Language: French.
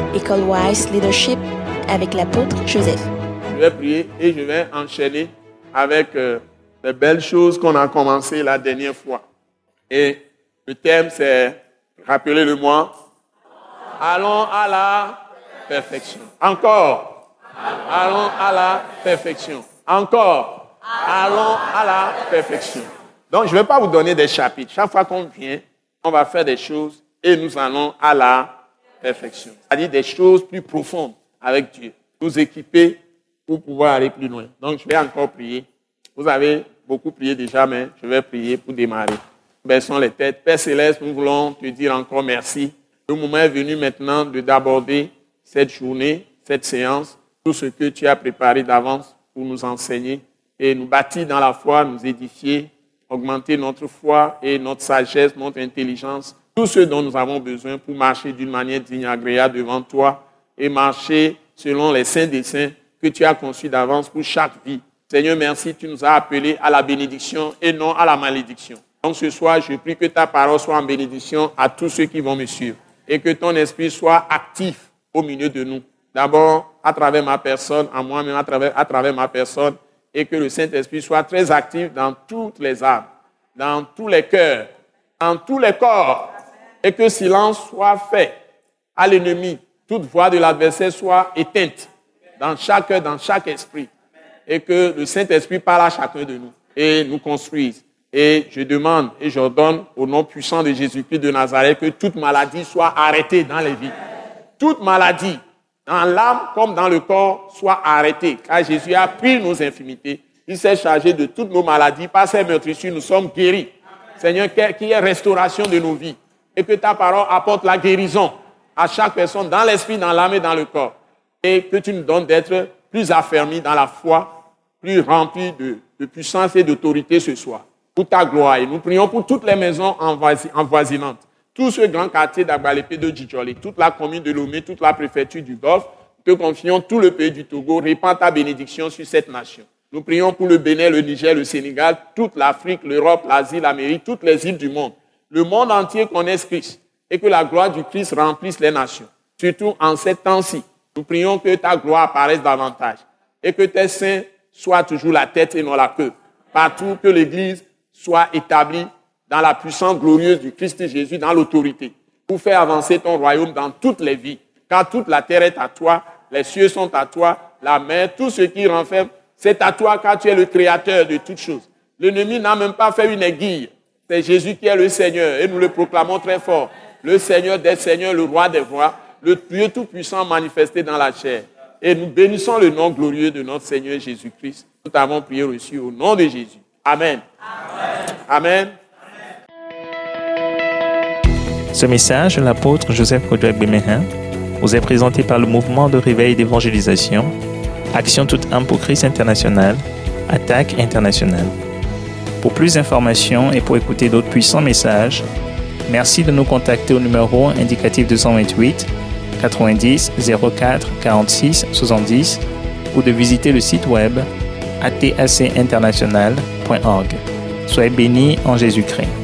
École Wise Leadership avec l'apôtre Joseph. Je vais prier et je vais enchaîner avec les belles choses qu'on a commencé la dernière fois. Et le thème, c'est, rappelez-le-moi, allons à la perfection. Encore, allons à la perfection. Encore, allons à la perfection. Donc, je ne vais pas vous donner des chapitres. Chaque fois qu'on vient, on va faire des choses et nous allons à la perfection. C'est-à-dire des choses plus profondes avec Dieu. Nous équiper pour pouvoir aller plus loin. Donc, je vais encore prier. Vous avez beaucoup prié déjà, mais je vais prier pour démarrer. Baissons les têtes. Père Céleste, nous voulons te dire encore merci. Le moment est venu maintenant d'aborder cette journée, cette séance, tout ce que tu as préparé d'avance pour nous enseigner et nous bâtir dans la foi, nous édifier, augmenter notre foi et notre sagesse, notre intelligence, tout ce dont nous avons besoin pour marcher d'une manière digne et agréable devant toi et marcher selon les saints desseins que tu as conçus d'avance pour chaque vie. Seigneur, merci, tu nous as appelés à la bénédiction et non à la malédiction. Donc ce soir, je prie que ta parole soit en bénédiction à tous ceux qui vont me suivre et que ton esprit soit actif au milieu de nous. D'abord, à travers ma personne, à moi-même, à travers ma personne, et que le Saint-Esprit soit très actif dans toutes les âmes, dans tous les cœurs, dans tous les corps, et que silence soit fait à l'ennemi, toute voix de l'adversaire soit éteinte dans chaque cœur, dans chaque esprit, et que le Saint-Esprit parle à chacun de nous et nous construise. Et je demande et j'ordonne au nom puissant de Jésus-Christ de Nazareth que toute maladie soit arrêtée dans les vies. Toute maladie, dans l'âme comme dans le corps, soit arrêtée. Car Jésus a pris nos infirmités. Il s'est chargé de toutes nos maladies. Par ses meurtrissures, nous sommes guéris. Seigneur, qu'il y ait restauration de nos vies. Et que ta parole apporte la guérison à chaque personne, dans l'esprit, dans l'âme et dans le corps. Et que tu nous donnes d'être plus affermis dans la foi, plus remplis de puissance et d'autorité ce soir. Pour ta gloire. Et nous prions pour toutes les maisons envoisinantes. Tout ce grand quartier d'Agbalépé de Djidjolé, toute la commune de Lomé, toute la préfecture du Golfe, te confions tout le pays du Togo, répands ta bénédiction sur cette nation. Nous prions pour le Bénin, le Niger, le Sénégal, toute l'Afrique, l'Europe, l'Asie, l'Amérique, toutes les îles du monde. Le monde entier connaisse Christ et que la gloire du Christ remplisse les nations. Surtout en ces temps-ci, nous prions que ta gloire apparaisse davantage et que tes saints soient toujours la tête et non la queue. Partout que l'Église soit établie dans la puissance glorieuse du Christ Jésus, dans l'autorité, pour faire avancer ton royaume dans toutes les vies. Car toute la terre est à toi, les cieux sont à toi, la mer, tout ce qui renferme, c'est à toi car tu es le créateur de toutes choses. L'ennemi n'a même pas fait une aiguille. C'est Jésus qui est le Seigneur et nous le proclamons très fort. Le Seigneur des seigneurs, le roi des rois, le Dieu tout-puissant manifesté dans la chair. Et nous bénissons le nom glorieux de notre Seigneur Jésus-Christ. Nous t'avons prié reçu au nom de Jésus. Amen. Amen. Amen. Ce message de l'apôtre Joseph Kodouak Bemehin vous est présenté par le mouvement de réveil d'évangélisation, Action toute âme pour Christ international, Attaque internationale. Pour plus d'informations et pour écouter d'autres puissants messages, merci de nous contacter au numéro indicatif 228 90 04 46 70 ou de visiter le site web atacinternational.org. Soyez bénis en Jésus-Christ.